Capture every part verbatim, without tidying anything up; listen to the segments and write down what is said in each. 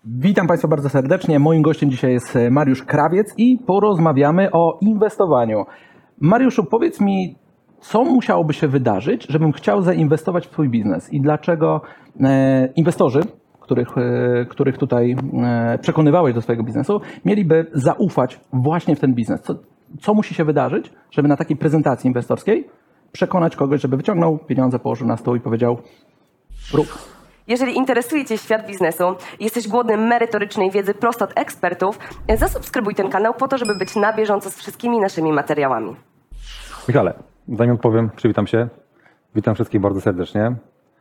Witam Państwa bardzo serdecznie. Moim gościem dzisiaj jest Mariusz Krawiec i porozmawiamy o inwestowaniu. Mariuszu, powiedz mi, co musiałoby się wydarzyć, żebym chciał zainwestować w Twój biznes i dlaczego e, inwestorzy, których, e, których tutaj e, przekonywałeś do swojego biznesu, mieliby zaufać właśnie w ten biznes? Co, co musi się wydarzyć, żeby na takiej prezentacji inwestorskiej przekonać kogoś, żeby wyciągnął pieniądze, położył na stół i powiedział rób. Jeżeli interesuje Cię świat biznesu i jesteś głodny merytorycznej wiedzy prosto od ekspertów, zasubskrybuj ten kanał po to, żeby być na bieżąco z wszystkimi naszymi materiałami. Michale, zanim odpowiem, przywitam się. Witam wszystkich bardzo serdecznie.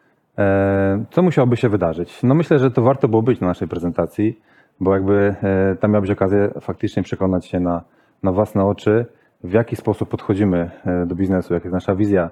Co musiałoby się wydarzyć? No myślę, że to warto było być na naszej prezentacji, bo jakby tam miała być okazja faktycznie przekonać się na, na własne oczy, w jaki sposób podchodzimy do biznesu, jaka jest nasza wizja,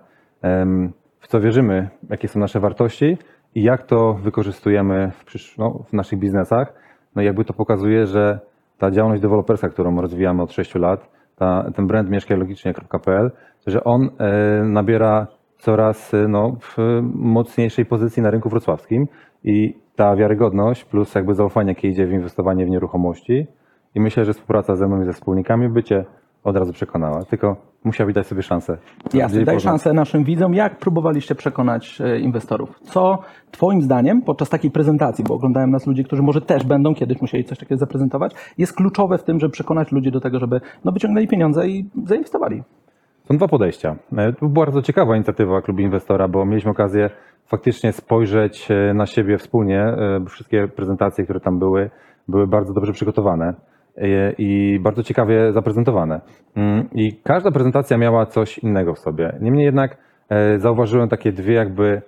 w co wierzymy, jakie są nasze wartości i jak to wykorzystujemy w, przysz- no, w naszych biznesach. No i jakby to pokazuje, że ta działalność deweloperska, którą rozwijamy od sześciu lat, ta, ten brand mieszkaj logicznie kropka p l, że on e, nabiera coraz no, w mocniejszej pozycji na rynku wrocławskim i ta wiarygodność plus jakby zaufanie, jakie idzie w inwestowanie w nieruchomości i myślę, że współpraca ze mną i ze wspólnikami by Cię od razu przekonała, tylko musiałbyś dać sobie szansę. Jasne, daj szansę naszym widzom. Jak próbowaliście przekonać inwestorów? Co Twoim zdaniem podczas takiej prezentacji, bo oglądają nas ludzie, którzy może też będą kiedyś musieli coś takiego zaprezentować, jest kluczowe w tym, żeby przekonać ludzi do tego, żeby no, wyciągnęli pieniądze i zainwestowali? Są dwa podejścia. To była bardzo ciekawa inicjatywa Klubu Inwestora, bo mieliśmy okazję faktycznie spojrzeć na siebie wspólnie. Wszystkie prezentacje, które tam były, były bardzo dobrze przygotowane i bardzo ciekawie zaprezentowane. I każda prezentacja miała coś innego w sobie. Niemniej jednak zauważyłem takie dwie jakby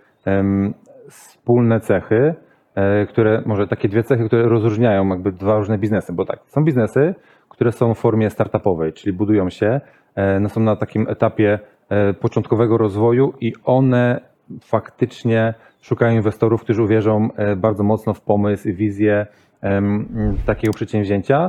wspólne cechy, które, może takie dwie cechy, które rozróżniają jakby dwa różne biznesy, bo tak, są biznesy, które są w formie startupowej, czyli budują się, no są na takim etapie początkowego rozwoju i one faktycznie szukają inwestorów, którzy uwierzą bardzo mocno w pomysł, wizję takiego przedsięwzięcia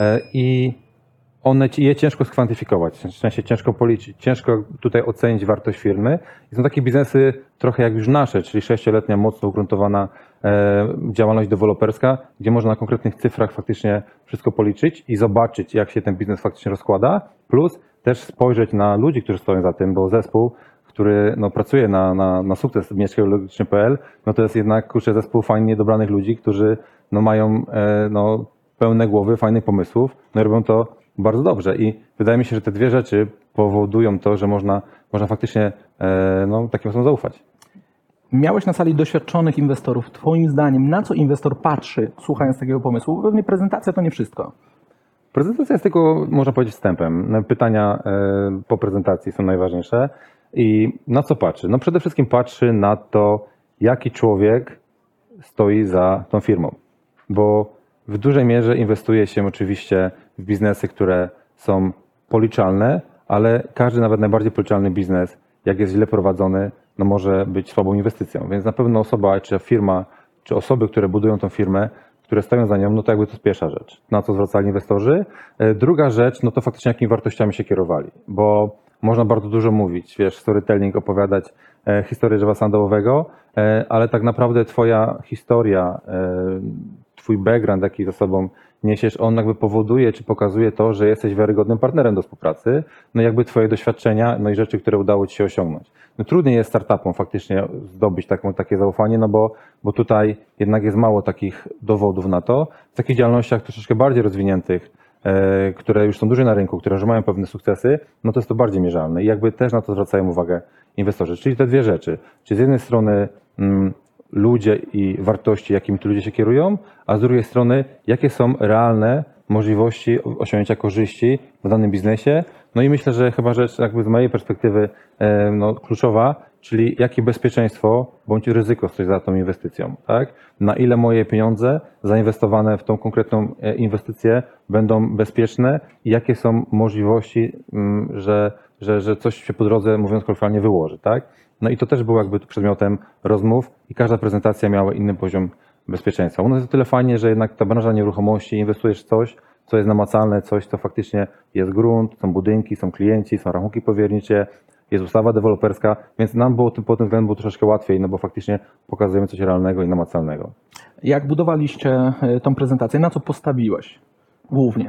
i one je ciężko skwantyfikować, w sensie ciężko policzyć, ciężko tutaj ocenić wartość firmy. I są takie biznesy trochę jak już nasze, czyli sześcioletnia, mocno ugruntowana działalność deweloperska, gdzie można na konkretnych cyfrach faktycznie wszystko policzyć i zobaczyć, jak się ten biznes faktycznie rozkłada, plus też spojrzeć na ludzi, którzy stoją za tym, bo zespół, który no, pracuje na, na, na sukces mieszkaj logicznie kropka p l, no to jest jednak kurczę, zespół fajnie dobranych ludzi, którzy no, mają e, no, pełne głowy fajnych pomysłów, no i robią to bardzo dobrze. I wydaje mi się, że te dwie rzeczy powodują to, że można, można faktycznie e, no, takim osobom zaufać. Miałeś na sali doświadczonych inwestorów. Twoim zdaniem, na co inwestor patrzy, słuchając takiego pomysłu? Pewnie prezentacja to nie wszystko. Prezentacja jest tylko, można powiedzieć, wstępem. Pytania e, po prezentacji są najważniejsze. I na co patrzy? No przede wszystkim patrzy na to, jaki człowiek stoi za tą firmą. Bo w dużej mierze inwestuje się oczywiście w biznesy, które są policzalne, ale każdy, nawet najbardziej policzalny biznes, jak jest źle prowadzony, no może być słabą inwestycją. Więc na pewno osoba, czy firma, czy osoby, które budują tą firmę, które stoją za nią, no to jakby to jest pierwsza rzecz. Na co zwracali inwestorzy. Druga rzecz, no to faktycznie jakimi wartościami się kierowali. Bo można bardzo dużo mówić, wiesz, storytelling, opowiadać e, historię drzewa sandałowego, e, ale tak naprawdę twoja historia, e, twój background, jaki za sobą niesiesz, on jakby powoduje, czy pokazuje to, że jesteś wiarygodnym partnerem do współpracy, no jakby twoje doświadczenia, no i rzeczy, które udało ci się osiągnąć. No trudniej jest startupom faktycznie zdobyć taką, takie zaufanie, no bo, bo tutaj jednak jest mało takich dowodów na to. W takich działalnościach troszeczkę bardziej rozwiniętych, które już są duże na rynku, które już mają pewne sukcesy, no to jest to bardziej mierzalne i jakby też na to zwracają uwagę inwestorzy. Czyli te dwie rzeczy. Czyli z jednej strony mm, ludzie i wartości, jakimi tu ludzie się kierują, a z drugiej strony jakie są realne możliwości osiągnięcia korzyści w danym biznesie. No i myślę, że chyba rzecz jakby z mojej perspektywy e, no, kluczowa, czyli jakie bezpieczeństwo bądź ryzyko stoi za tą inwestycją, tak? Na ile moje pieniądze zainwestowane w tą konkretną inwestycję będą bezpieczne i jakie są możliwości, że, że, że coś się po drodze, mówiąc kolokwialnie, wyłoży, tak? No i to też było jakby przedmiotem rozmów i każda prezentacja miała inny poziom bezpieczeństwa. U nas jest o tyle fajnie, że jednak ta branża nieruchomości, inwestujesz w coś, co jest namacalne, coś, co faktycznie jest grunt, są budynki, są klienci, są rachunki powiernicze, jest ustawa deweloperska, więc nam było tym, pod tym względem było troszeczkę łatwiej, no bo faktycznie pokazujemy coś realnego i namacalnego. Jak budowaliście y, tą prezentację? Na co postawiłeś głównie?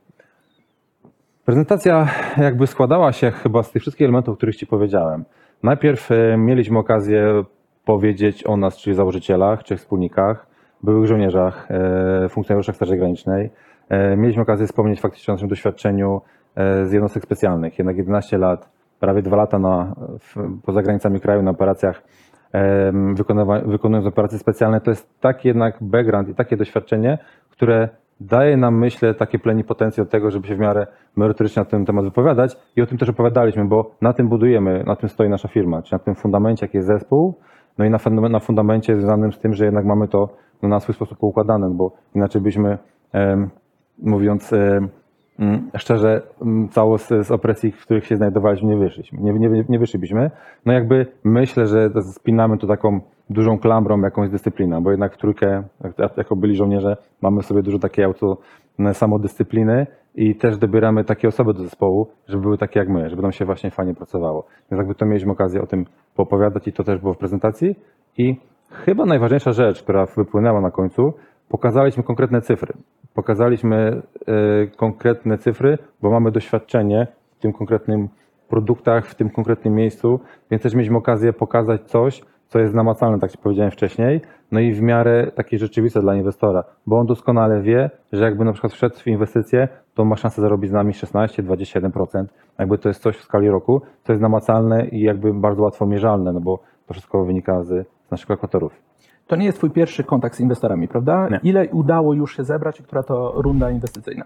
Prezentacja jakby składała się chyba z tych wszystkich elementów, o których Ci powiedziałem. Najpierw e, mieliśmy okazję powiedzieć o nas, czyli założycielach, czy wspólnikach, byłych żołnierzach, e, funkcjonariuszach Straży Granicznej. E, mieliśmy okazję wspomnieć faktycznie o naszym doświadczeniu e, z jednostek specjalnych. Jednak jedenaście lat, prawie dwa lata na, w, poza granicami kraju na operacjach, e, wykonywa, wykonując operacje specjalne, to jest taki jednak background i takie doświadczenie, które daje nam, myślę, takie plenipotencje od tego, żeby się w miarę merytorycznie na ten temat wypowiadać i o tym też opowiadaliśmy, bo na tym budujemy, na tym stoi nasza firma, czyli na tym fundamencie, jaki jest zespół, no i na, na fundamencie związanym z tym, że jednak mamy to no, na swój sposób poukładane, bo inaczej byśmy, e, mówiąc e, m, szczerze, m, cało z, z opresji, w których się znajdowaliśmy, nie wyszliśmy, nie, nie, nie wyszlibyśmy. No jakby myślę, że spinamy tu taką dużą klamrą jakąś dyscyplinę, bo jednak w trójkę, jak, jako byli żołnierze, mamy w sobie dużo takiej auto samodyscypliny i też dobieramy takie osoby do zespołu, żeby były takie jak my, żeby nam się właśnie fajnie pracowało. Więc jakby to mieliśmy okazję o tym poopowiadać i to też było w prezentacji. I chyba najważniejsza rzecz, która wypłynęła na końcu, pokazaliśmy konkretne cyfry. Pokazaliśmy y, konkretne cyfry, bo mamy doświadczenie w tym konkretnym produktach, w tym konkretnym miejscu, więc też mieliśmy okazję pokazać coś, co jest namacalne, tak jak powiedziałem wcześniej, no i w miarę takie rzeczywiste dla inwestora, bo on doskonale wie, że jakby na przykład wszedł w inwestycje, to ma szansę zarobić z nami szesnaście do dwudziestu siedmiu procent, jakby to jest coś w skali roku, co jest namacalne i jakby bardzo łatwo mierzalne, no bo to wszystko wynika z, z naszych kalkulatorów. To nie jest twój pierwszy kontakt z inwestorami, prawda? Nie. Ile udało już się zebrać i która to runda inwestycyjna?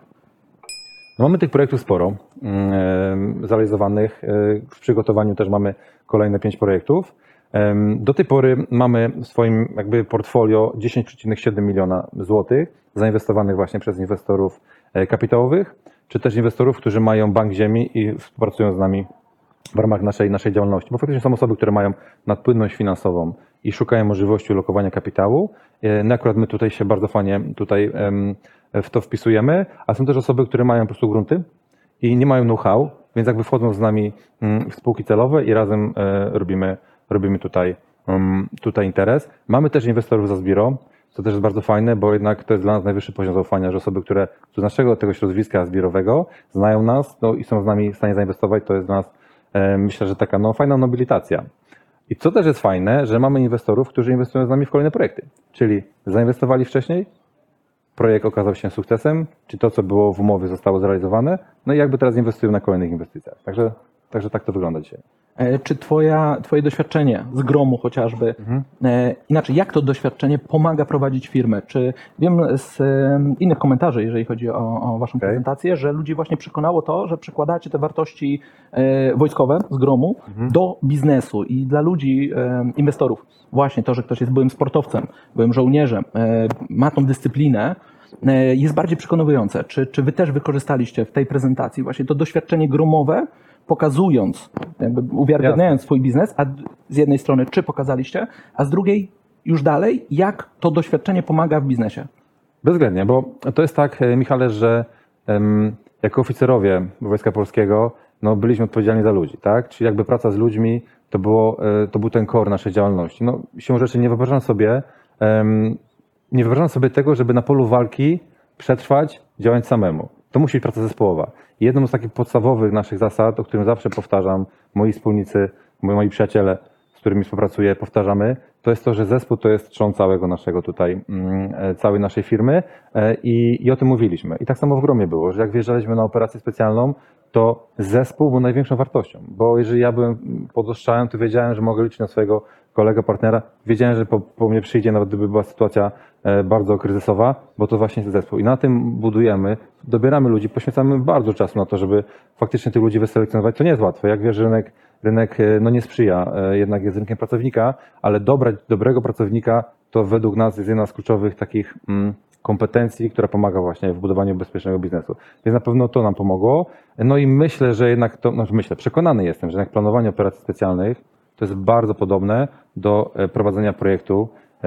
No mamy tych projektów sporo yy, zrealizowanych. Yy, w przygotowaniu też mamy kolejne pięć projektów. Do tej pory mamy w swoim jakby portfolio dziesięć przecinek siedem miliona złotych zainwestowanych właśnie przez inwestorów kapitałowych, czy też inwestorów, którzy mają bank ziemi i współpracują z nami w ramach naszej, naszej działalności. Bo faktycznie są osoby, które mają nadpłynność finansową i szukają możliwości ulokowania kapitału. No akurat my tutaj się bardzo fajnie tutaj w to wpisujemy, a są też osoby, które mają po prostu grunty i nie mają know-how, więc jakby wchodzą z nami w spółki celowe i razem robimy Robimy tutaj, um, tutaj interes. Mamy też inwestorów za Zbiro, co też jest bardzo fajne, bo jednak to jest dla nas najwyższy poziom zaufania, że osoby, które z naszego tego środowiska zbirowego znają nas no, i są z nami w stanie zainwestować, to jest dla nas, e, myślę, że taka no, fajna nobilitacja. I co też jest fajne, że mamy inwestorów, którzy inwestują z nami w kolejne projekty, czyli zainwestowali wcześniej, projekt okazał się sukcesem, czy to, co było w umowie, zostało zrealizowane, no i jakby teraz inwestują na kolejnych inwestycjach. Także, także tak to wygląda dzisiaj. Czy twoja, twoje doświadczenie z gromu chociażby, mhm. e, inaczej, jak to doświadczenie pomaga prowadzić firmę? Czy wiem z e, innych komentarzy, jeżeli chodzi o, o waszą okay. prezentację, że ludzi właśnie przekonało to, że przekładacie te wartości e, wojskowe z gromu mhm. do biznesu i dla ludzi, e, inwestorów, właśnie to, że ktoś jest byłym sportowcem, byłym żołnierzem, e, ma tą dyscyplinę, e, jest bardziej przekonujące. Czy, czy wy też wykorzystaliście w tej prezentacji właśnie to doświadczenie gromowe, pokazując, jakby uwiarygodniając swój biznes, a z jednej strony czy pokazaliście, a z drugiej już dalej, jak to doświadczenie pomaga w biznesie? Bezwzględnie, bo to jest tak, Michale, że um, jako oficerowie Wojska Polskiego no, byliśmy odpowiedzialni za ludzi, tak? Czyli jakby praca z ludźmi to, było, to był ten core naszej działalności. No, siłą rzeczy nie wyobrażam sobie, um, nie wyobrażam sobie tego, żeby na polu walki przetrwać, działać samemu. To musi być praca zespołowa. Jedną z takich podstawowych naszych zasad, o którym zawsze powtarzam, moi wspólnicy, moi przyjaciele, z którymi współpracuję, powtarzamy, to jest to, że zespół to jest trzon całego naszego tutaj, całej naszej firmy i, i o tym mówiliśmy. I tak samo w Gromie było, że jak wjeżdżaliśmy na operację specjalną, to zespół był największą wartością, bo jeżeli ja byłem pod ostrzałem, to wiedziałem, że mogę liczyć na swojego kolegę, partnera, wiedziałem, że po, po mnie przyjdzie, nawet gdyby była sytuacja bardzo kryzysowa, bo to właśnie jest zespół. I na tym budujemy, dobieramy ludzi, poświęcamy bardzo czasu na to, żeby faktycznie tych ludzi wyselekcjonować. To nie jest łatwe. Jak wiesz, rynek, rynek no nie sprzyja, jednak jest rynkiem pracownika, ale dobrać dobrego pracownika to według nas jest jedna z kluczowych takich mm, kompetencji, która pomaga właśnie w budowaniu bezpiecznego biznesu. Więc na pewno to nam pomogło. No i myślę, że jednak to, no myślę, przekonany jestem, że jednak planowanie operacji specjalnych to jest bardzo podobne do prowadzenia projektu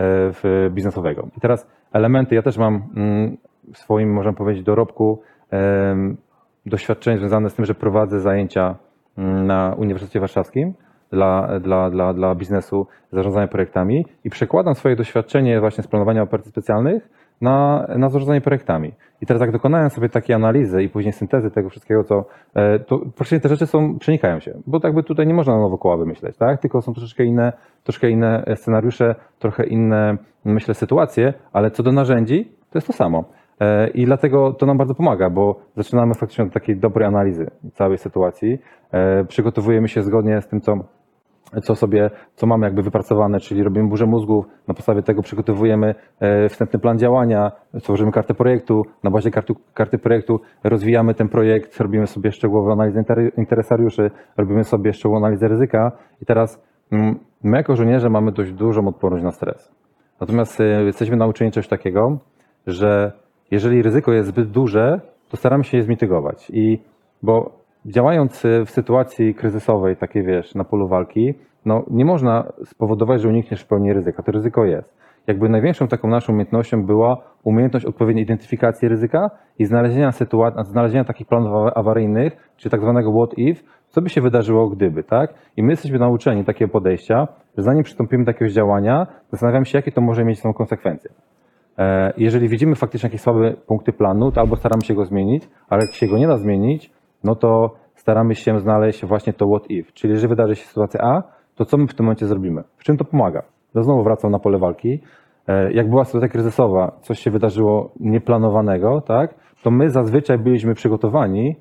w biznesowego. I teraz elementy, ja też mam w swoim, można powiedzieć, dorobku doświadczenie związane z tym, że prowadzę zajęcia na Uniwersytecie Warszawskim dla, dla, dla, dla biznesu, zarządzania projektami i przekładam swoje doświadczenie właśnie z planowania operacji specjalnych na, na zarządzanie projektami. I teraz jak dokonałem sobie takiej analizy i później syntezy tego wszystkiego, co, to praktycznie te rzeczy są, przenikają się, bo jakby tutaj nie można na nowo koła wymyśleć, tak? Tylko są troszeczkę inne, troszkę inne scenariusze, trochę inne, myślę, sytuacje, ale co do narzędzi, to jest to samo. I dlatego to nam bardzo pomaga, bo zaczynamy faktycznie od takiej dobrej analizy całej sytuacji. Przygotowujemy się zgodnie z tym, co, co sobie, co mamy jakby wypracowane, czyli robimy burzę mózgów, na podstawie tego przygotowujemy wstępny plan działania, tworzymy kartę projektu, na bazie karty, karty projektu rozwijamy ten projekt, robimy sobie szczegółową analizę interesariuszy, robimy sobie szczegółową analizę ryzyka i teraz my jako żołnierze mamy dość dużą odporność na stres. Natomiast jesteśmy nauczeni czegoś takiego, że jeżeli ryzyko jest zbyt duże, to staramy się je zmitygować. I bo działając w sytuacji kryzysowej, takiej wiesz, na polu walki, no nie można spowodować, że unikniesz w pełni ryzyka. To ryzyko jest. Jakby największą taką naszą umiejętnością była umiejętność odpowiedniej identyfikacji ryzyka i znalezienia sytuacji, znalezienia takich planów awaryjnych, czyli tak zwanego what if, co by się wydarzyło gdyby, tak? I my jesteśmy nauczeni takiego podejścia, że zanim przystąpimy do jakiegoś działania, zastanawiamy się, jakie to może mieć są konsekwencje. Jeżeli widzimy faktycznie jakieś słabe punkty planu, to albo staramy się go zmienić, ale jak się go nie da zmienić, no to staramy się znaleźć właśnie to what if. Czyli jeżeli wydarzy się sytuacja A, to co my w tym momencie zrobimy? W czym to pomaga? To znowu wracam na pole walki. Jak była sytuacja kryzysowa, coś się wydarzyło nieplanowanego, tak, to my zazwyczaj byliśmy przygotowani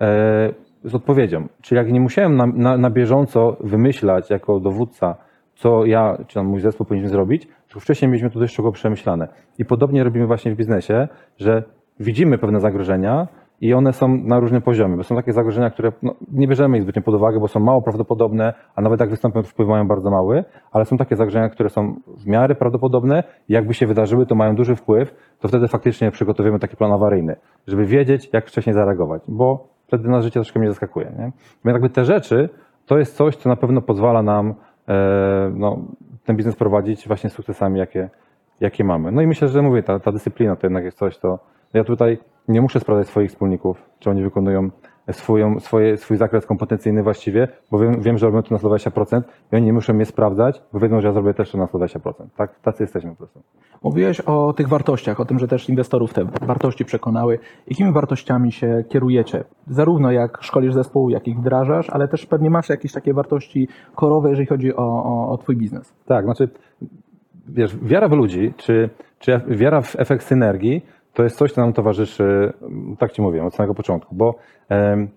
z odpowiedzią. Czyli jak nie musiałem na, na, na bieżąco wymyślać jako dowódca, co ja czy mój zespół powinien zrobić, to wcześniej mieliśmy to dość szczegółowo przemyślane. I podobnie robimy właśnie w biznesie, że widzimy pewne zagrożenia i one są na różnym poziomie, bo są takie zagrożenia, które no, nie bierzemy ich zbytnio pod uwagę, bo są mało prawdopodobne, a nawet jak wystąpią, to wpływ mają bardzo mały, ale są takie zagrożenia, które są w miarę prawdopodobne i jakby się wydarzyły, to mają duży wpływ, to wtedy faktycznie przygotowujemy taki plan awaryjny, żeby wiedzieć, jak wcześniej zareagować, bo wtedy nas życie troszkę mnie zaskakuje. Nie? Więc jakby te rzeczy to jest coś, co na pewno pozwala nam e, no, ten biznes prowadzić właśnie z sukcesami, jakie, jakie mamy. No i myślę, że mówię, ta, ta dyscyplina to jednak jest coś, to ja tutaj nie muszę sprawdzać swoich wspólników, czy oni wykonują swoją, swoje, swój zakres kompetencyjny właściwie, bo wiem, wiem, że robią to na sto dwadzieścia procent i oni nie muszą mnie sprawdzać, bo wiedzą, że ja zrobię też to na sto dwadzieścia procent. Tak? Tacy jesteśmy po prostu. Mówiłeś o tych wartościach, o tym, że też inwestorów te wartości przekonały. Jakimi wartościami się kierujecie? Zarówno jak szkolisz zespół, jak ich wdrażasz, ale też pewnie masz jakieś takie wartości korowe, jeżeli chodzi o, o, o twój biznes. Tak, znaczy wiesz, wiara w ludzi, czy, czy wiara w efekt synergii, to jest coś, co nam towarzyszy, tak ci mówię, od samego początku, bo e,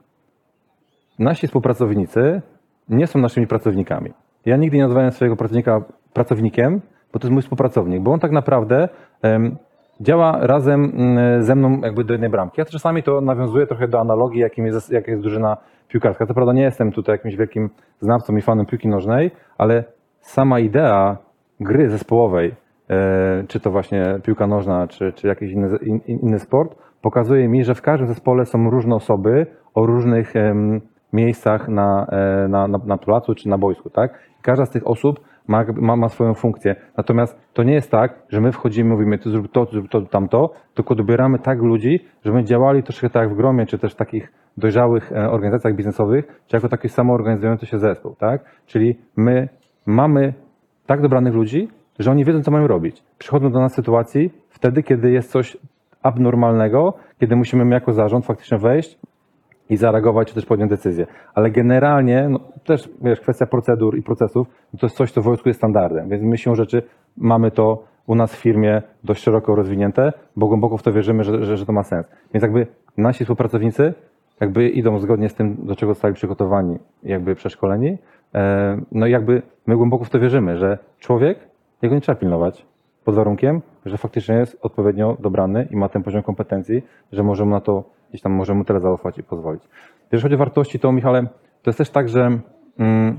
nasi współpracownicy nie są naszymi pracownikami. Ja nigdy nie nazywałem swojego pracownika pracownikiem, bo to jest mój współpracownik, bo on tak naprawdę e, działa razem ze mną jakby do jednej bramki. Ja czasami to nawiązuję trochę do analogii, jakim jest, jak jest drużyna piłkarska. Co prawda nie jestem tutaj jakimś wielkim znawcą i fanem piłki nożnej, ale sama idea gry zespołowej, czy to właśnie piłka nożna, czy, czy jakiś inny, in, inny sport, pokazuje mi, że w każdym zespole są różne osoby o różnych um, miejscach na, na, na, na placu czy na boisku, tak? Każda z tych osób ma, ma, ma swoją funkcję. Natomiast to nie jest tak, że my wchodzimy, mówimy, ty zrób to, ty zrób to, tamto, tylko dobieramy tak ludzi, żeby działali troszkę tak jak w Gromie, czy też w takich dojrzałych organizacjach biznesowych, czy jako taki samoorganizujący się zespół, tak? Czyli my mamy tak dobranych ludzi, że oni wiedzą, co mają robić. Przychodzą do nas sytuacji wtedy, kiedy jest coś abnormalnego, kiedy musimy my jako zarząd faktycznie wejść i zareagować, czy też podjąć decyzję. Ale generalnie, no, też wiesz, kwestia procedur i procesów, no to jest coś, co w wojsku jest standardem. Więc my siłą rzeczy mamy to u nas w firmie dość szeroko rozwinięte, bo głęboko w to wierzymy, że, że, że to ma sens. Więc jakby nasi współpracownicy jakby idą zgodnie z tym, do czego zostali przygotowani, jakby przeszkoleni. No i jakby my głęboko w to wierzymy, że człowiek, jego nie trzeba pilnować, pod warunkiem, że faktycznie jest odpowiednio dobrany i ma ten poziom kompetencji, że możemy na to, gdzieś tam możemy mu tyle zaufać i pozwolić. Jeżeli chodzi o wartości, to Michale, to jest też tak, że mm,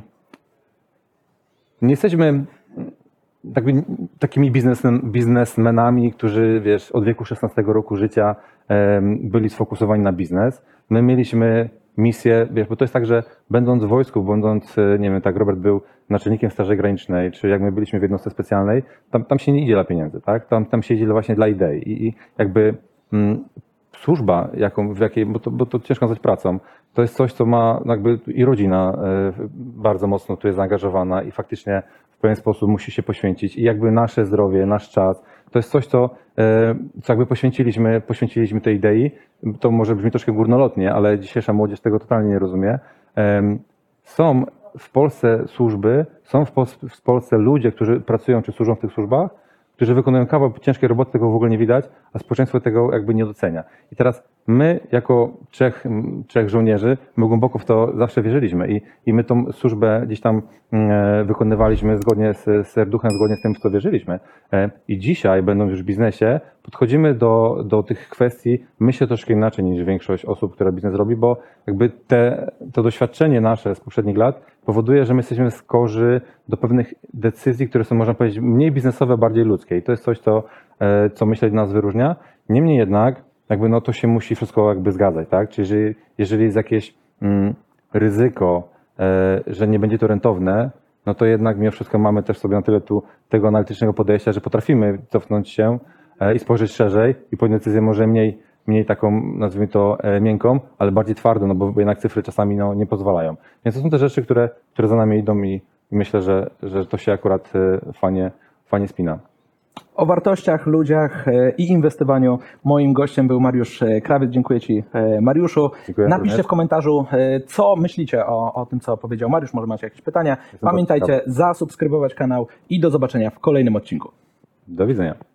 nie jesteśmy jakby takimi biznesmen, biznesmenami, którzy wiesz, od wieku szesnastego roku życia um, byli sfokusowani na biznes. My mieliśmy misję, wiesz, bo to jest tak, że będąc w wojsku, będąc, nie wiem, tak Robert był naczelnikiem Straży Granicznej, czy jak my byliśmy w jednostce specjalnej, tam, tam się nie idzie dla pieniędzy, tak? Tam, tam się idzie właśnie dla idei i, i jakby mm, służba, jaką, w jakiej, bo to, bo to ciężko nazwać pracą, to jest coś, co ma jakby i rodzina e, bardzo mocno tu jest zaangażowana i faktycznie w pewien sposób musi się poświęcić i jakby nasze zdrowie, nasz czas, to jest coś, co, e, co jakby poświęciliśmy, poświęciliśmy tej idei. To może brzmi troszkę górnolotnie, ale dzisiejsza młodzież tego totalnie nie rozumie. E, są w Polsce służby, są w, Pol- w Polsce ludzie, którzy pracują czy służą w tych służbach, którzy wykonują kawał ciężkiej roboty, tego w ogóle nie widać, a społeczeństwo tego jakby nie docenia. I teraz my, jako trzech, trzech żołnierzy, my głęboko w to zawsze wierzyliśmy i, i my tą służbę gdzieś tam e, wykonywaliśmy zgodnie z, z serduchem, zgodnie z tym, w co wierzyliśmy. E, I dzisiaj, będąc już w biznesie, podchodzimy do, do tych kwestii, myślę troszkę inaczej niż większość osób, która biznes robi, bo jakby te, to doświadczenie nasze z poprzednich lat powoduje, że my jesteśmy skorzy do pewnych decyzji, które są, można powiedzieć, mniej biznesowe, bardziej ludzkie. I to jest coś, co, e, co myślę nas wyróżnia. Niemniej jednak, jakby no to się musi wszystko jakby zgadzać, tak? Czyli jeżeli, jeżeli jest jakieś mm, ryzyko, e, że nie będzie to rentowne, no to jednak mimo wszystko mamy też sobie na tyle tu tego analitycznego podejścia, że potrafimy cofnąć się e, i spojrzeć szerzej i podjąć decyzję może mniej, mniej taką, nazwijmy to, e, miękką, ale bardziej twardą, no bo jednak cyfry czasami no, nie pozwalają. Więc to są te rzeczy, które, które za nami idą i, i myślę, że, że to się akurat e, fajnie, fajnie spina. O wartościach, ludziach e, i inwestowaniu moim gościem był Mariusz e, Krawiec. Dziękuję Ci, e, Mariuszu. Dziękuję Napiszcie również. w komentarzu, e, co myślicie o, o tym, co powiedział Mariusz. Może macie jakieś pytania. Jestem Pamiętajcie, bardzo ciekawy. zasubskrybować kanał i do zobaczenia w kolejnym odcinku. Do widzenia.